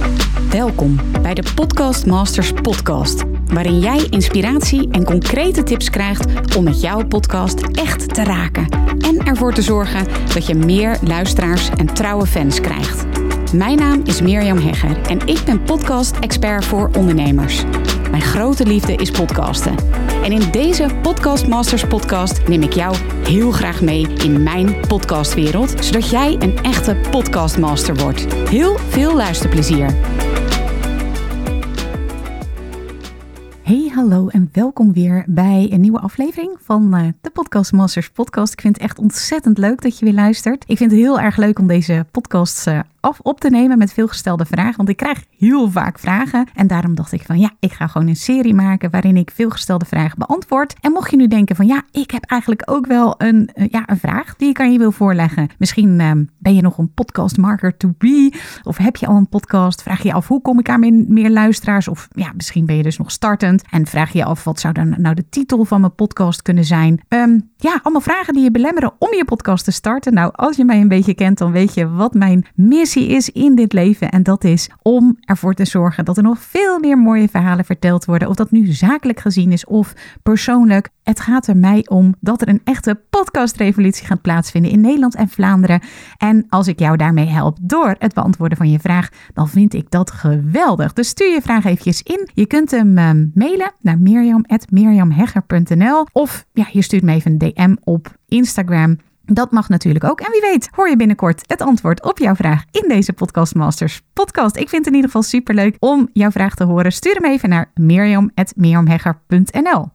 Welkom bij de Podcast Masters podcast, waarin jij inspiratie en concrete tips krijgt om met jouw podcast echt te raken en ervoor te zorgen dat je meer luisteraars en trouwe fans krijgt. Mijn naam is Mirjam Hegger en ik ben podcast-expert voor ondernemers. Mijn grote liefde is podcasten. En in deze Podcast Masters podcast neem ik jou heel graag mee in mijn podcastwereld, zodat jij een echte podcastmaster wordt. Heel veel luisterplezier. Hey, hallo en welkom weer bij een nieuwe aflevering van de Podcast Masters podcast. Ik vind het echt ontzettend leuk dat je weer luistert. Ik vind het heel erg leuk om deze podcasts op te nemen met veelgestelde vragen, want ik krijg heel vaak vragen. En daarom dacht ik van ik ga gewoon een serie maken waarin ik veelgestelde vragen beantwoord. En mocht je nu denken van ik heb eigenlijk ook wel een vraag die ik aan je wil voorleggen. Misschien ben je nog een podcast marketer to be, of heb je al een podcast? Vraag je je af, hoe kom ik aan meer luisteraars? Of misschien ben je dus nog startend en vraag je je af, wat zou dan nou de titel van mijn podcast kunnen zijn? Allemaal vragen die je belemmeren om je podcast te starten. Nou, als je mij een beetje kent, dan weet je wat mijn missie is in dit leven. En dat is om ervoor te zorgen dat er nog veel meer mooie verhalen verteld worden. Of dat nu zakelijk gezien is of persoonlijk. Het gaat er mij om dat er een echte podcastrevolutie gaat plaatsvinden in Nederland en Vlaanderen. En als ik jou daarmee help door het beantwoorden van je vraag, dan vind ik dat geweldig. Dus stuur je vraag eventjes in. Je kunt hem mailen naar mirjam@mirjamhegger.nl of je stuurt me even een DM op Instagram. Dat mag natuurlijk ook. En wie weet hoor je binnenkort het antwoord op jouw vraag in deze Podcast Masters podcast. Ik vind het in ieder geval superleuk om jouw vraag te horen. Stuur hem even naar mirjam@mirjamhegger.nl.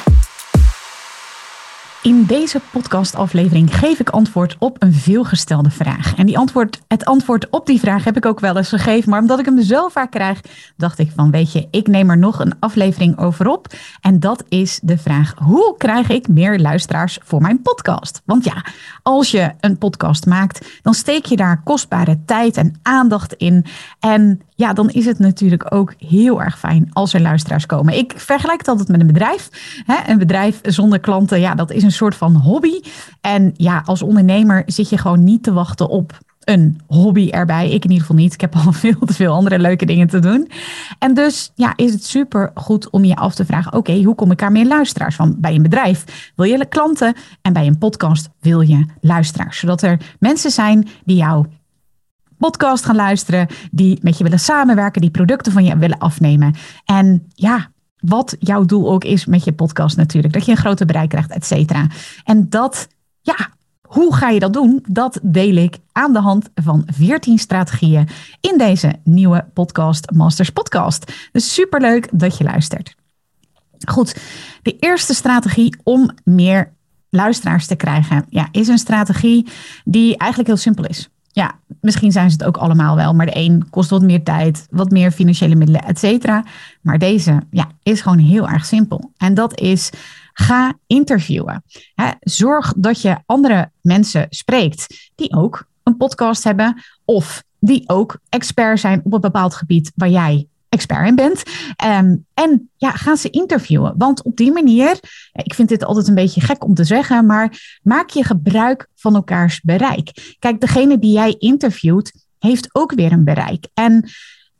In deze podcastaflevering geef ik antwoord op een veelgestelde vraag. En het antwoord op die vraag heb ik ook wel eens gegeven. Maar omdat ik hem zo vaak krijg, dacht ik van ik neem er nog een aflevering over op. En dat is de vraag, hoe krijg ik meer luisteraars voor mijn podcast? Want als je een podcast maakt, dan steek je daar kostbare tijd en aandacht in. En dan is het natuurlijk ook heel erg fijn als er luisteraars komen. Ik vergelijk het altijd met een bedrijf. Een bedrijf zonder klanten, dat is een soort van hobby. En als ondernemer zit je gewoon niet te wachten op een hobby erbij. Ik in ieder geval niet. Ik heb al veel te veel andere leuke dingen te doen. En dus is het super goed om je af te vragen, oké, hoe kom ik aan meer luisteraars? Want bij een bedrijf wil je klanten en bij een podcast wil je luisteraars. Zodat er mensen zijn die jouw podcast gaan luisteren, die met je willen samenwerken, die producten van je willen afnemen. En wat jouw doel ook is met je podcast natuurlijk. Dat je een groter bereik krijgt, et cetera. En dat, hoe ga je dat doen? Dat deel ik aan de hand van 14 strategieën in deze nieuwe Podcast Masters podcast. Dus superleuk dat je luistert. Goed, de eerste strategie om meer luisteraars te krijgen, is een strategie die eigenlijk heel simpel is. Misschien zijn ze het ook allemaal wel, maar de een kost wat meer tijd, wat meer financiële middelen, et cetera. Maar deze is gewoon heel erg simpel. En dat is, ga interviewen. Zorg dat je andere mensen spreekt die ook een podcast hebben of die ook expert zijn op een bepaald gebied waar jij expert in bent. Ga ze interviewen. Want op die manier, ik vind dit altijd een beetje gek om te zeggen, maar maak je gebruik van elkaars bereik. Kijk, degene die jij interviewt, heeft ook weer een bereik. En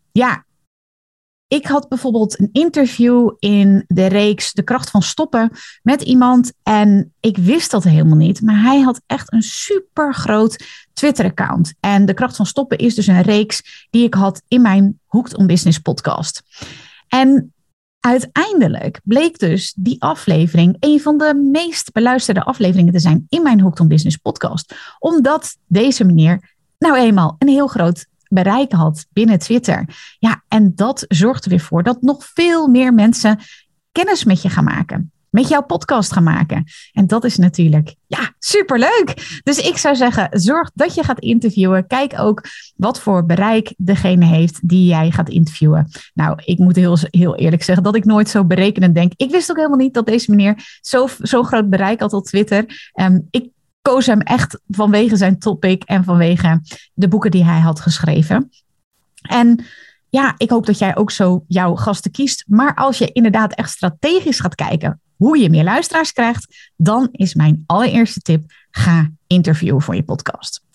ik had bijvoorbeeld een interview in de reeks De Kracht van Stoppen met iemand en ik wist dat helemaal niet, maar hij had echt een super groot Twitter-account. En De Kracht van Stoppen is dus een reeks die ik had in mijn Hooked on Business podcast. En uiteindelijk bleek dus die aflevering een van de meest beluisterde afleveringen te zijn in mijn Hooked on Business podcast. Omdat deze meneer nou eenmaal een heel groot bereik had binnen Twitter. En dat zorgt er weer voor dat nog veel meer mensen kennis met je gaan maken. Met jouw podcast gaan maken. En dat is natuurlijk, superleuk. Dus ik zou zeggen, zorg dat je gaat interviewen. Kijk ook wat voor bereik degene heeft die jij gaat interviewen. Nou, ik moet heel eerlijk zeggen dat ik nooit zo berekenend denk. Ik wist ook helemaal niet dat deze meneer zo'n groot bereik had op Twitter. Ik koos hem echt vanwege zijn topic en vanwege de boeken die hij had geschreven. En ik hoop dat jij ook zo jouw gasten kiest. Maar als je inderdaad echt strategisch gaat kijken hoe je meer luisteraars krijgt, dan is mijn allereerste tip, ga interviewen voor je podcast.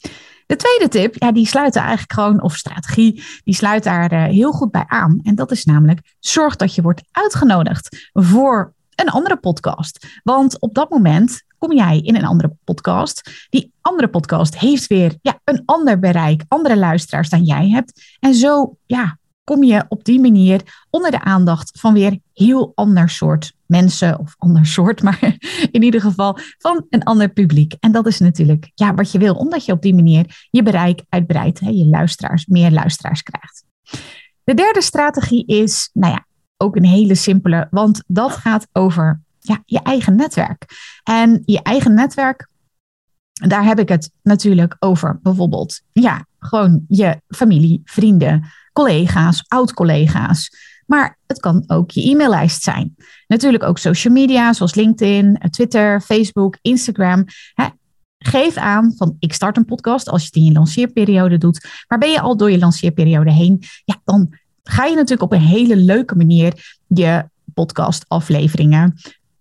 De tweede tip, ja, die sluit er eigenlijk gewoon, of strategie, die sluit daar heel goed bij aan. En dat is namelijk, zorg dat je wordt uitgenodigd voor een andere podcast. Want op dat moment kom jij in een andere podcast. Die andere podcast heeft weer een ander bereik, andere luisteraars dan jij hebt. En zo kom je op die manier onder de aandacht van weer heel ander soort mensen. Of ander soort, maar in ieder geval van een ander publiek. En dat is natuurlijk wat je wil, omdat je op die manier je bereik uitbreidt. Je luisteraars, meer luisteraars krijgt. De derde strategie is, ook een hele simpele, want dat gaat over je eigen netwerk. En je eigen netwerk, daar heb ik het natuurlijk over bijvoorbeeld, gewoon je familie, vrienden, collega's, oud-collega's. Maar het kan ook je e-maillijst zijn. Natuurlijk ook social media, zoals LinkedIn, Twitter, Facebook, Instagram. Geef aan van, ik start een podcast als je het in je lanceerperiode doet. Maar ben je al door je lanceerperiode heen, dan ga je natuurlijk op een hele leuke manier je podcastafleveringen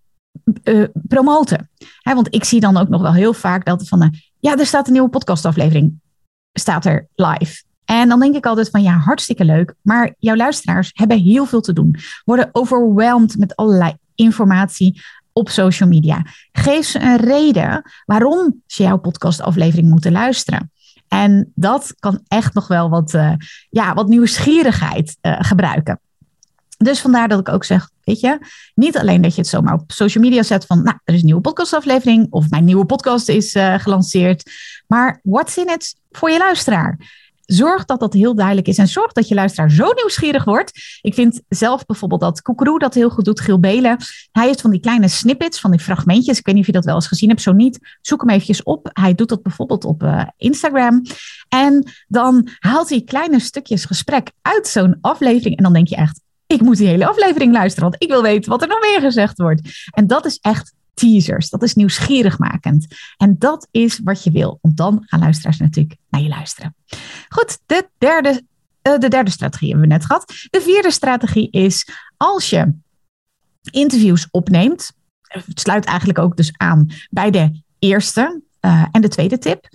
promoten. Want ik zie dan ook nog wel heel vaak dat van, er staat een nieuwe podcastaflevering, staat er live. En dan denk ik altijd van, hartstikke leuk, maar jouw luisteraars hebben heel veel te doen. Worden overwhelmed met allerlei informatie op social media. Geef ze een reden waarom ze jouw podcastaflevering moeten luisteren. En dat kan echt nog wel wat nieuwsgierigheid gebruiken. Dus vandaar dat ik ook zeg, weet je, niet alleen dat je het zomaar op social media zet van, er is een nieuwe podcastaflevering of mijn nieuwe podcast is gelanceerd. Maar what's in it voor je luisteraar? Zorg dat dat heel duidelijk is en zorg dat je luisteraar zo nieuwsgierig wordt. Ik vind zelf bijvoorbeeld dat Koekeroe dat heel goed doet, Giel Belen. Hij heeft van die kleine snippets, van die fragmentjes. Ik weet niet of je dat wel eens gezien hebt, zo niet. Zoek hem eventjes op. Hij doet dat bijvoorbeeld op Instagram. En dan haalt hij kleine stukjes gesprek uit zo'n aflevering. En dan denk je echt, ik moet die hele aflevering luisteren, want ik wil weten wat er nog meer gezegd wordt. En dat is echt teasers. Dat is nieuwsgierigmakend. En dat is wat je wil. Want dan gaan luisteraars natuurlijk naar je luisteren. Goed, de derde strategie hebben we net gehad. De vierde strategie is, als je interviews opneemt, het sluit eigenlijk ook dus aan bij de eerste en de tweede tip.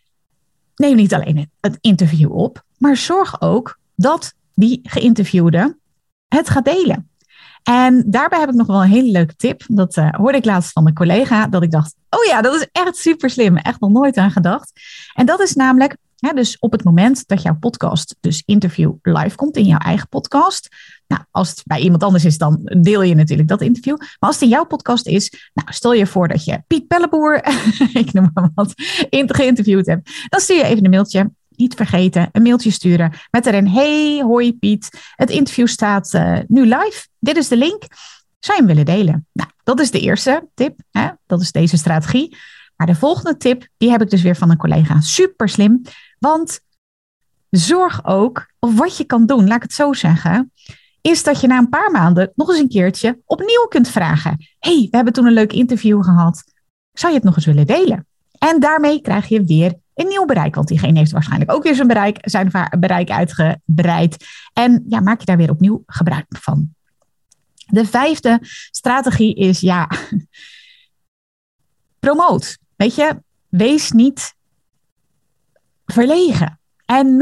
Neem niet alleen het interview op, maar zorg ook dat die geïnterviewde het gaat delen. En daarbij heb ik nog wel een hele leuke tip. Dat hoorde ik laatst van een collega. Dat ik dacht, dat is echt super slim. Echt nog nooit aan gedacht. En dat is namelijk, dus op het moment dat jouw podcast, dus interview live komt in jouw eigen podcast. Nou, als het bij iemand anders is, dan deel je natuurlijk dat interview. Maar als het in jouw podcast is, stel je voor dat je Piet Pelleboer, ik noem maar wat, geïnterviewd hebt. Dan stuur je even een mailtje. Niet vergeten, een mailtje sturen met erin, hey, hoi Piet, het interview staat nu live. Dit is de link. Zou je hem willen delen? Nou, dat is de eerste tip. Dat is deze strategie. Maar de volgende tip, die heb ik dus weer van een collega. Super slim, want zorg ook, of wat je kan doen, laat ik het zo zeggen, is dat je na een paar maanden nog eens een keertje opnieuw kunt vragen. Hey, we hebben toen een leuk interview gehad. Zou je het nog eens willen delen? En daarmee krijg je weer een nieuw bereik, want diegene heeft waarschijnlijk ook weer zijn bereik uitgebreid. En maak je daar weer opnieuw gebruik van. De vijfde strategie is, promoot. Weet je, wees niet verlegen. En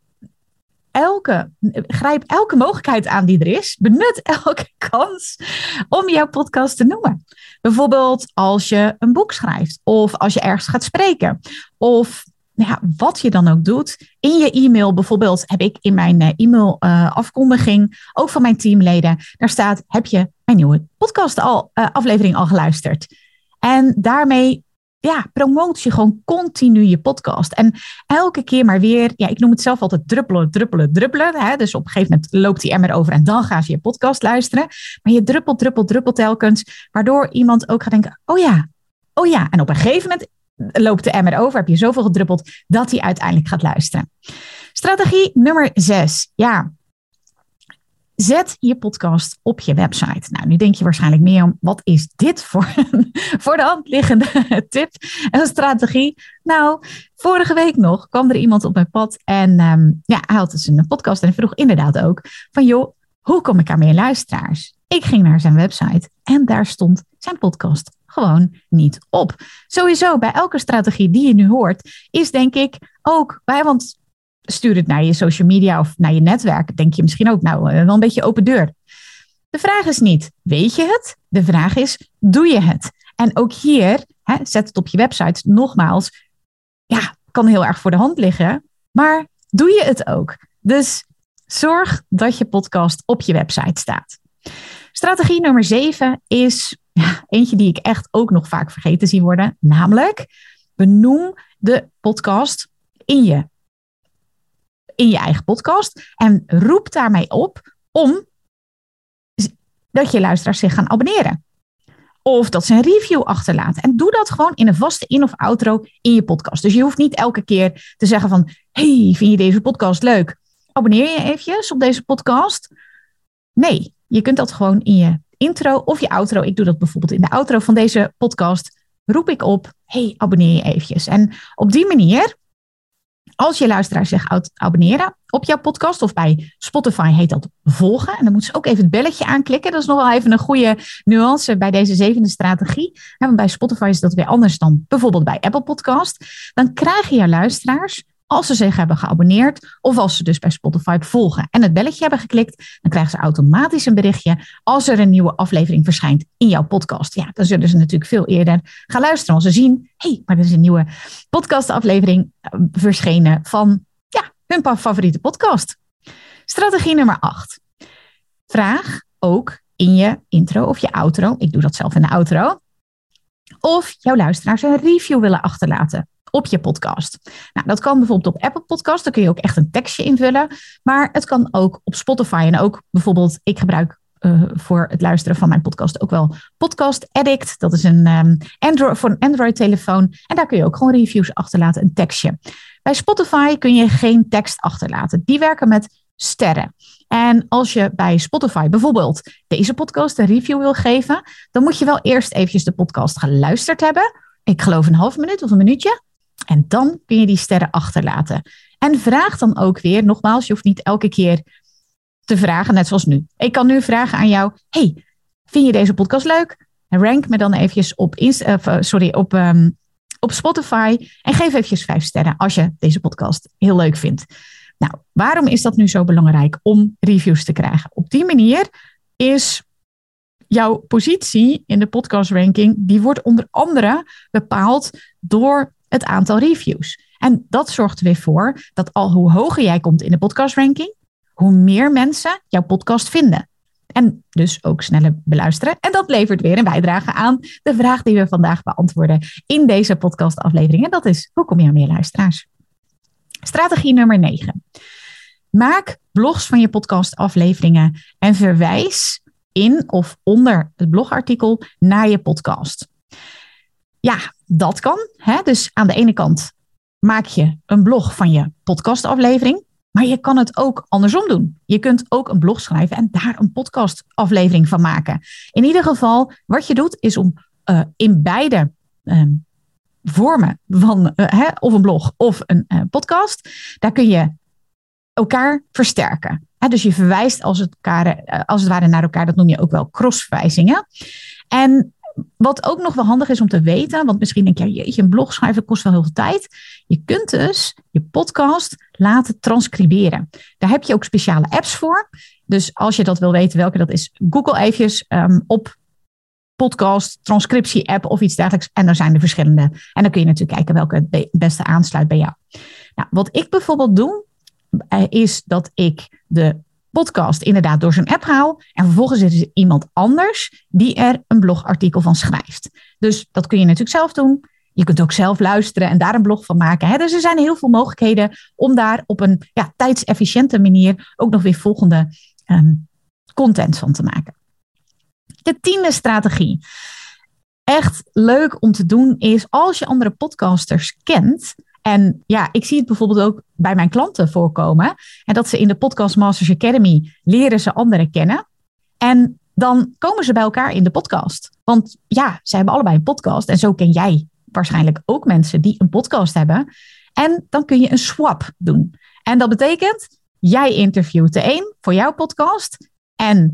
grijp elke mogelijkheid aan die er is. Benut elke kans om jouw podcast te noemen. Bijvoorbeeld als je een boek schrijft. Of als je ergens gaat spreken. Of wat je dan ook doet. In je e-mail bijvoorbeeld heb ik in mijn e-mail afkondiging. Ook van mijn teamleden. Daar staat, heb je mijn nieuwe podcast aflevering al geluisterd? En daarmee promoot je gewoon continu je podcast. En elke keer maar weer, ik noem het zelf altijd druppelen. Dus op een gegeven moment loopt die emmer over en dan gaan ze je podcast luisteren. Maar je druppelt telkens, waardoor iemand ook gaat denken, oh ja. En op een gegeven moment loopt de emmer over, heb je zoveel gedruppeld, dat hij uiteindelijk gaat luisteren. Strategie nummer 6. Zet je podcast op je website. Nou, nu denk je waarschijnlijk meer om, wat is dit voor de hand liggende tip en strategie? Nou, vorige week nog kwam er iemand op mijn pad en hij had dus een podcast en hij vroeg inderdaad ook van, joh, hoe kom ik aan meer luisteraars? Ik ging naar zijn website en daar stond zijn podcast gewoon niet op. Sowieso, bij elke strategie die je nu hoort, is denk ik ook, want stuur het naar je social media of naar je netwerk, denk je misschien ook, wel een beetje open deur. De vraag is niet, weet je het? De vraag is, doe je het? En ook hier, zet het op je website. Nogmaals, kan heel erg voor de hand liggen, maar doe je het ook? Dus zorg dat je podcast op je website staat. Strategie nummer 7 is eentje die ik echt ook nog vaak vergeten zie worden. Namelijk, benoem de podcast in je eigen podcast. En roep daarmee op om dat je luisteraars zich gaan abonneren. Of dat ze een review achterlaten. En doe dat gewoon in een vaste in- of outro in je podcast. Dus je hoeft niet elke keer te zeggen van, hey, vind je deze podcast leuk? Abonneer je eventjes op deze podcast? Nee, je kunt dat gewoon in je intro of je outro. Ik doe dat bijvoorbeeld in de outro van deze podcast. Roep ik op, hey, abonneer je eventjes. En op die manier, als je luisteraars zich abonneren op jouw podcast, of bij Spotify heet dat volgen. En dan moeten ze ook even het belletje aanklikken. Dat is nog wel even een goede nuance bij deze 7e strategie. Want bij Spotify is dat weer anders dan bijvoorbeeld bij Apple Podcast. Dan krijgen jouw luisteraars, als ze zich hebben geabonneerd, of als ze dus bij Spotify volgen en het belletje hebben geklikt, dan krijgen ze automatisch een berichtje als er een nieuwe aflevering verschijnt in jouw podcast. Ja, dan zullen ze natuurlijk veel eerder gaan luisteren. Als ze zien, maar er is een nieuwe podcastaflevering verschenen van hun favoriete podcast. Strategie nummer 8. Vraag ook in je intro of je outro, ik doe dat zelf in de outro, of jouw luisteraars een review willen achterlaten op je podcast. Nou, dat kan bijvoorbeeld op Apple Podcast. Daar kun je ook echt een tekstje invullen. Maar het kan ook op Spotify. En ook bijvoorbeeld, ik gebruik voor het luisteren van mijn podcast ook wel Podcast Addict. Dat is een voor een Android-telefoon. En daar kun je ook gewoon reviews achterlaten, een tekstje. Bij Spotify kun je geen tekst achterlaten. Die werken met sterren. En als je bij Spotify bijvoorbeeld deze podcast een review wil geven, dan moet je wel eerst eventjes de podcast geluisterd hebben. Ik geloof een half minuut of een minuutje. En dan kun je die sterren achterlaten. En vraag dan ook weer, nogmaals, je hoeft niet elke keer te vragen, net zoals nu. Ik kan nu vragen aan jou, hey, vind je deze podcast leuk? Rank me dan eventjes op Spotify en geef eventjes 5 sterren als je deze podcast heel leuk vindt. Nou, waarom is dat nu zo belangrijk om reviews te krijgen? Op die manier is jouw positie in de podcastranking, die wordt onder andere bepaald door het aantal reviews. En dat zorgt er weer voor dat al hoe hoger jij komt in de podcastranking, hoe meer mensen jouw podcast vinden. En dus ook sneller beluisteren. En dat levert weer een bijdrage aan de vraag die we vandaag beantwoorden in deze podcastaflevering. En dat is, hoe kom je aan meer luisteraars? Strategie nummer 9. Maak blogs van je podcastafleveringen en verwijs in of onder het blogartikel naar je podcast. Ja, dat kan. Dus aan de ene kant maak je een blog van je podcastaflevering, maar je kan het ook andersom doen. Je kunt ook een blog schrijven en daar een podcastaflevering van maken. In ieder geval, wat je doet is om in beide vormen van of een blog of een podcast, daar kun je elkaar versterken. Dus je verwijst als het ware naar elkaar. Dat noem je ook wel crossverwijzingen. En wat ook nog wel handig is om te weten, want misschien denk je, jeetje, een blog schrijven kost wel heel veel tijd. Je kunt dus je podcast laten transcriberen. Daar heb je ook speciale apps voor. Dus als je dat wil weten welke dat is, Google eventjes op podcast, transcriptie app of iets dergelijks. En daar zijn er verschillende. En dan kun je natuurlijk kijken welke het beste aansluit bij jou. Nou, wat ik bijvoorbeeld doe, is dat ik de podcast inderdaad door zo'n app haal. En vervolgens is er iemand anders die er een blogartikel van schrijft. Dus dat kun je natuurlijk zelf doen. Je kunt ook zelf luisteren en daar een blog van maken. Dus er zijn heel veel mogelijkheden om daar op een tijdsefficiënte manier ook nog weer volgende content van te maken. De 10e strategie. Echt leuk om te doen is als je andere podcasters kent. En ja, ik zie het bijvoorbeeld ook bij mijn klanten voorkomen. En dat ze in de Podcast Masters Academy leren ze anderen kennen. En dan komen ze bij elkaar in de podcast. Want ja, ze hebben allebei een podcast. En zo ken jij waarschijnlijk ook mensen die een podcast hebben. En dan kun je een swap doen. En dat betekent, jij interviewt de een voor jouw podcast. En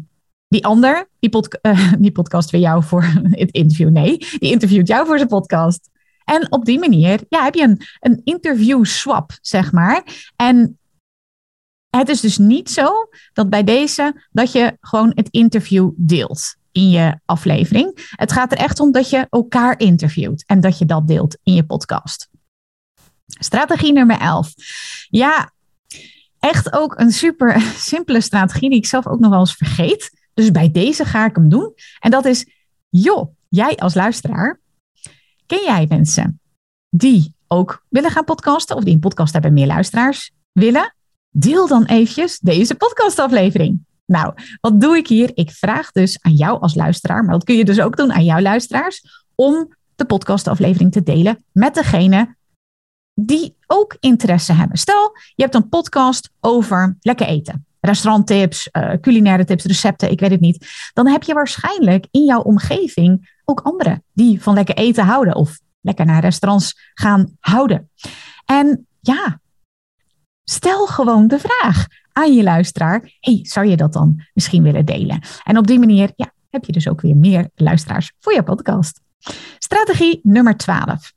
Die ander, die podcast weer jou voor het interview. Nee, die interviewt jou voor zijn podcast. En op die manier heb je een interview swap, zeg maar. En het is dus niet zo dat bij deze dat je gewoon het interview deelt in je aflevering. Het gaat er echt om dat je elkaar interviewt en dat je dat deelt in je podcast. Strategie nummer 11. Ja, echt ook een super simpele strategie die ik zelf ook nog wel eens vergeet. Dus bij deze ga ik hem doen. En dat is, jij als luisteraar, ken jij mensen die ook willen gaan podcasten of die een podcast hebben en meer luisteraars willen? Deel dan eventjes deze podcastaflevering. Nou, wat doe ik hier? Ik vraag dus aan jou als luisteraar, maar dat kun je dus ook doen aan jouw luisteraars, om de podcastaflevering te delen met degene die ook interesse hebben. Stel, je hebt een podcast over lekker eten. Restauranttips, culinaire tips, recepten, ik weet het niet. Dan heb je waarschijnlijk in jouw omgeving ook anderen die van lekker eten houden of lekker naar restaurants gaan houden. En ja, stel gewoon de vraag aan je luisteraar. Zou je dat dan misschien willen delen? En op die manier heb je dus ook weer meer luisteraars voor je podcast. Strategie nummer 12.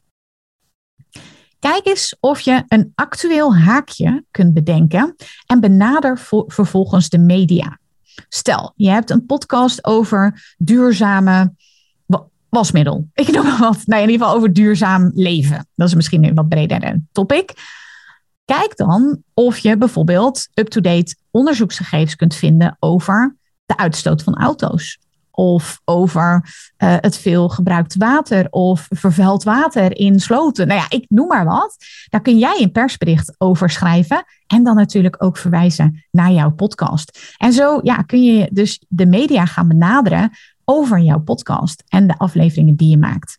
Kijk eens of je een actueel haakje kunt bedenken en benader vervolgens de media. Stel, je hebt een podcast over duurzame wasmiddel. Ik noem maar wat. Nou, in ieder geval over duurzaam leven. Dat is misschien een wat breder topic. Kijk dan of je bijvoorbeeld up-to-date onderzoeksgegevens kunt vinden over de uitstoot van auto's. Of over het veel gebruikt water of vervuild water in sloten. Nou ja, ik noem maar wat. Daar kun jij een persbericht over schrijven. En dan natuurlijk ook verwijzen naar jouw podcast. En zo kun je dus de media gaan benaderen over jouw podcast en de afleveringen die je maakt.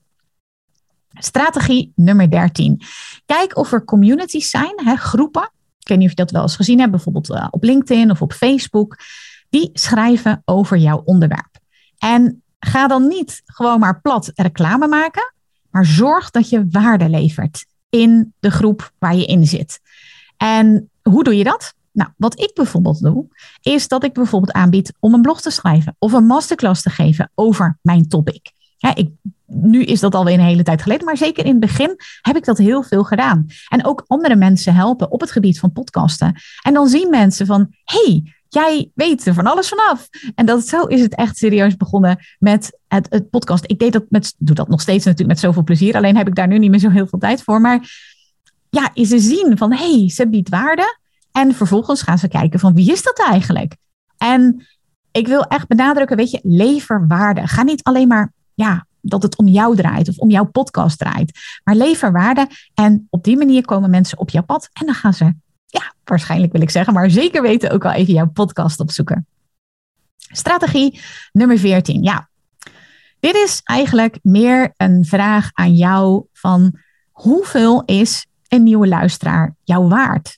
Strategie nummer 13. Kijk of er communities zijn, groepen. Ik weet niet of je dat wel eens gezien hebt, bijvoorbeeld op LinkedIn of op Facebook. Die schrijven over jouw onderwerp. En ga dan niet gewoon maar plat reclame maken, maar zorg dat je waarde levert in de groep waar je in zit. En hoe doe je dat? Nou, wat ik bijvoorbeeld doe, is dat ik bijvoorbeeld aanbied om een blog te schrijven of een masterclass te geven over mijn topic. Nu is dat alweer een hele tijd geleden, maar zeker in het begin heb ik dat heel veel gedaan. En ook andere mensen helpen op het gebied van podcasten. En dan zien mensen van, jij weet er van alles vanaf. En zo is het echt serieus begonnen met het podcast. Ik doe dat nog steeds natuurlijk met zoveel plezier. Alleen heb ik daar nu niet meer zo heel veel tijd voor. Maar ze zien van, ze biedt waarde. En vervolgens gaan ze kijken van, wie is dat eigenlijk? En ik wil echt benadrukken, lever waarde. Ga niet alleen maar, dat het om jou draait of om jouw podcast draait. Maar lever waarde. En op die manier komen mensen op jouw pad. En dan gaan ze, waarschijnlijk wil ik zeggen, maar zeker weten ook wel even jouw podcast opzoeken. Strategie nummer 14. Ja, dit is eigenlijk meer een vraag aan jou van hoeveel is een nieuwe luisteraar jou waard?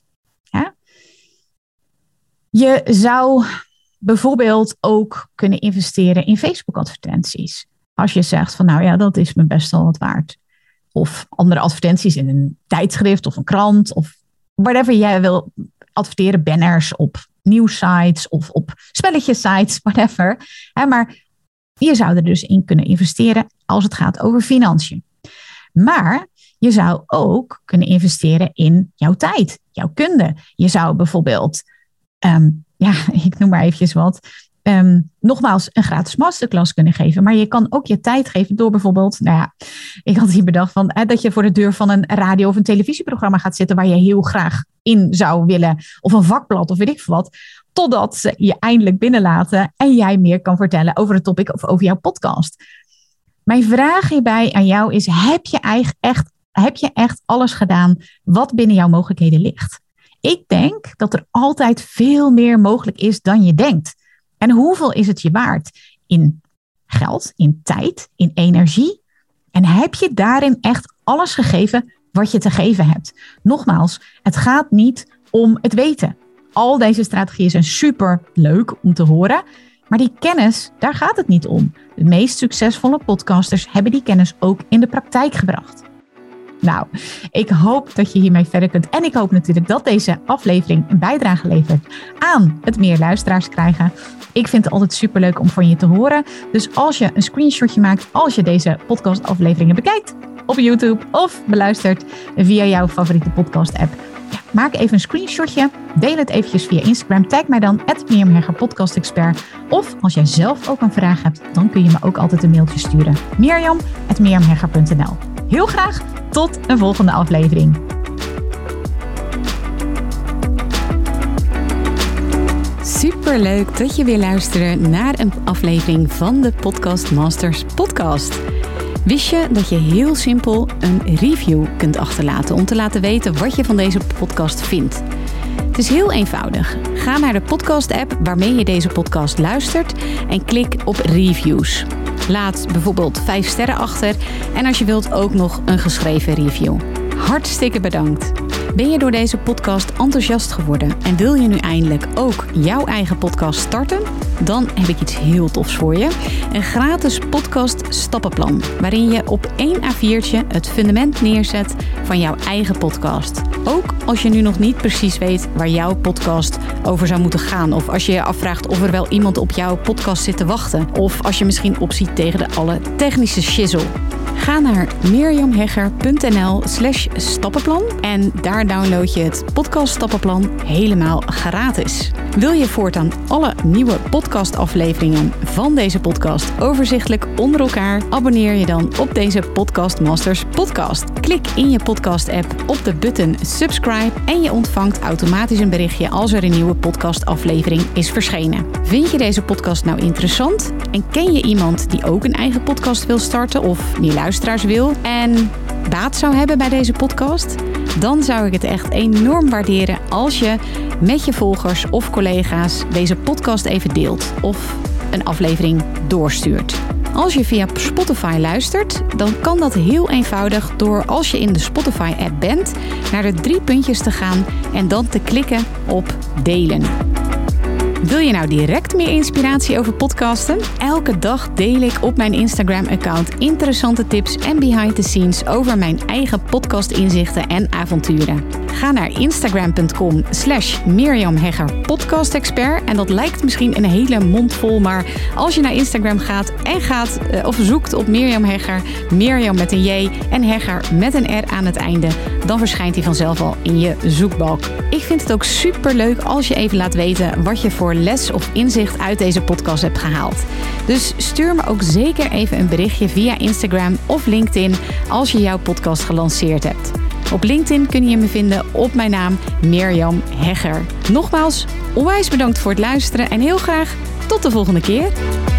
Je zou bijvoorbeeld ook kunnen investeren in Facebook advertenties. Als je zegt van dat is me best wel wat waard. Of andere advertenties in een tijdschrift of een krant of whatever jij wil adverteren, banners op nieuwsites of op spelletjessites, whatever. Maar je zou er dus in kunnen investeren als het gaat over financiën. Maar je zou ook kunnen investeren in jouw tijd, jouw kunde. Je zou bijvoorbeeld, ik noem maar eventjes wat, nogmaals een gratis masterclass kunnen geven. Maar je kan ook je tijd geven door bijvoorbeeld, ik had hier bedacht van dat je voor de deur van een radio of een televisieprogramma gaat zitten waar je heel graag in zou willen. Of een vakblad of weet ik veel wat. Totdat ze je eindelijk binnenlaten en jij meer kan vertellen over het topic of over jouw podcast. Mijn vraag hierbij aan jou is, heb je echt alles gedaan wat binnen jouw mogelijkheden ligt? Ik denk dat er altijd veel meer mogelijk is dan je denkt. En hoeveel is het je waard? In geld, in tijd, in energie? En heb je daarin echt alles gegeven wat je te geven hebt? Nogmaals, het gaat niet om het weten. Al deze strategieën zijn super leuk om te horen. Maar die kennis, daar gaat het niet om. De meest succesvolle podcasters hebben die kennis ook in de praktijk gebracht. Nou, ik hoop dat je hiermee verder kunt. En ik hoop natuurlijk dat deze aflevering een bijdrage levert aan het meer luisteraars krijgen. Ik vind het altijd superleuk om van je te horen. Dus als je een screenshotje maakt, als je deze podcastafleveringen bekijkt op YouTube of beluistert via jouw favoriete podcast app. Ja, maak even een screenshotje. Deel het eventjes via Instagram. Tag mij dan @Mirjam Hegger Podcast Expert. Of als jij zelf ook een vraag hebt, dan kun je me ook altijd een mailtje sturen. Mirjam@mirjamhegger.nl. Heel graag tot een volgende aflevering. Superleuk dat je weer luistert naar een aflevering van de Podcast Masters podcast. Wist je dat je heel simpel een review kunt achterlaten om te laten weten wat je van deze podcast vindt? Het is heel eenvoudig. Ga naar de podcast-app waarmee je deze podcast luistert en klik op reviews. Laat bijvoorbeeld 5 sterren achter en als je wilt ook nog een geschreven review. Hartstikke bedankt. Ben je door deze podcast enthousiast geworden en wil je nu eindelijk ook jouw eigen podcast starten? Dan heb ik iets heel tofs voor je. Een gratis podcast stappenplan, waarin je op 1 A4'tje het fundament neerzet van jouw eigen podcast. Ook als je nu nog niet precies weet waar jouw podcast over zou moeten gaan. Of als je je afvraagt of er wel iemand op jouw podcast zit te wachten. Of als je misschien opziet tegen de alle technische shizzle. Ga naar mirjamhegger.nl/stappenplan en daar download je het podcast stappenplan helemaal gratis. Wil je voortaan alle nieuwe podcastafleveringen van deze podcast overzichtelijk onder elkaar? Abonneer je dan op deze Podcast Masters podcast. Klik in je podcast app op de button subscribe en je ontvangt automatisch een berichtje als er een nieuwe podcastaflevering is verschenen. Vind je deze podcast nou interessant? En ken je iemand die ook een eigen podcast wil starten of die luisteraars wil en baat zou hebben bij deze podcast? Dan zou ik het echt enorm waarderen als je met je volgers of collega's deze podcast even deelt of een aflevering doorstuurt. Als je via Spotify luistert, dan kan dat heel eenvoudig door als je in de Spotify-app bent naar de 3 puntjes te gaan en dan te klikken op delen. Wil je nou direct meer inspiratie over podcasten? Elke dag deel ik op mijn Instagram-account interessante tips en behind the scenes over mijn eigen podcastinzichten en avonturen. Ga naar instagram.com/Mirjam Hegger Podcast Expert. En dat lijkt misschien een hele mond vol, maar als je naar Instagram gaat of zoekt op Mirjam Hegger, Mirjam met een J en Hegger met een R aan het einde, dan verschijnt hij vanzelf al in je zoekbalk. Ik vind het ook superleuk als je even laat weten wat je voor les of inzicht uit deze podcast hebt gehaald. Dus stuur me ook zeker even een berichtje via Instagram of LinkedIn als je jouw podcast gelanceerd hebt. Op LinkedIn kun je me vinden op mijn naam Mirjam Hegger. Nogmaals, onwijs bedankt voor het luisteren en heel graag tot de volgende keer.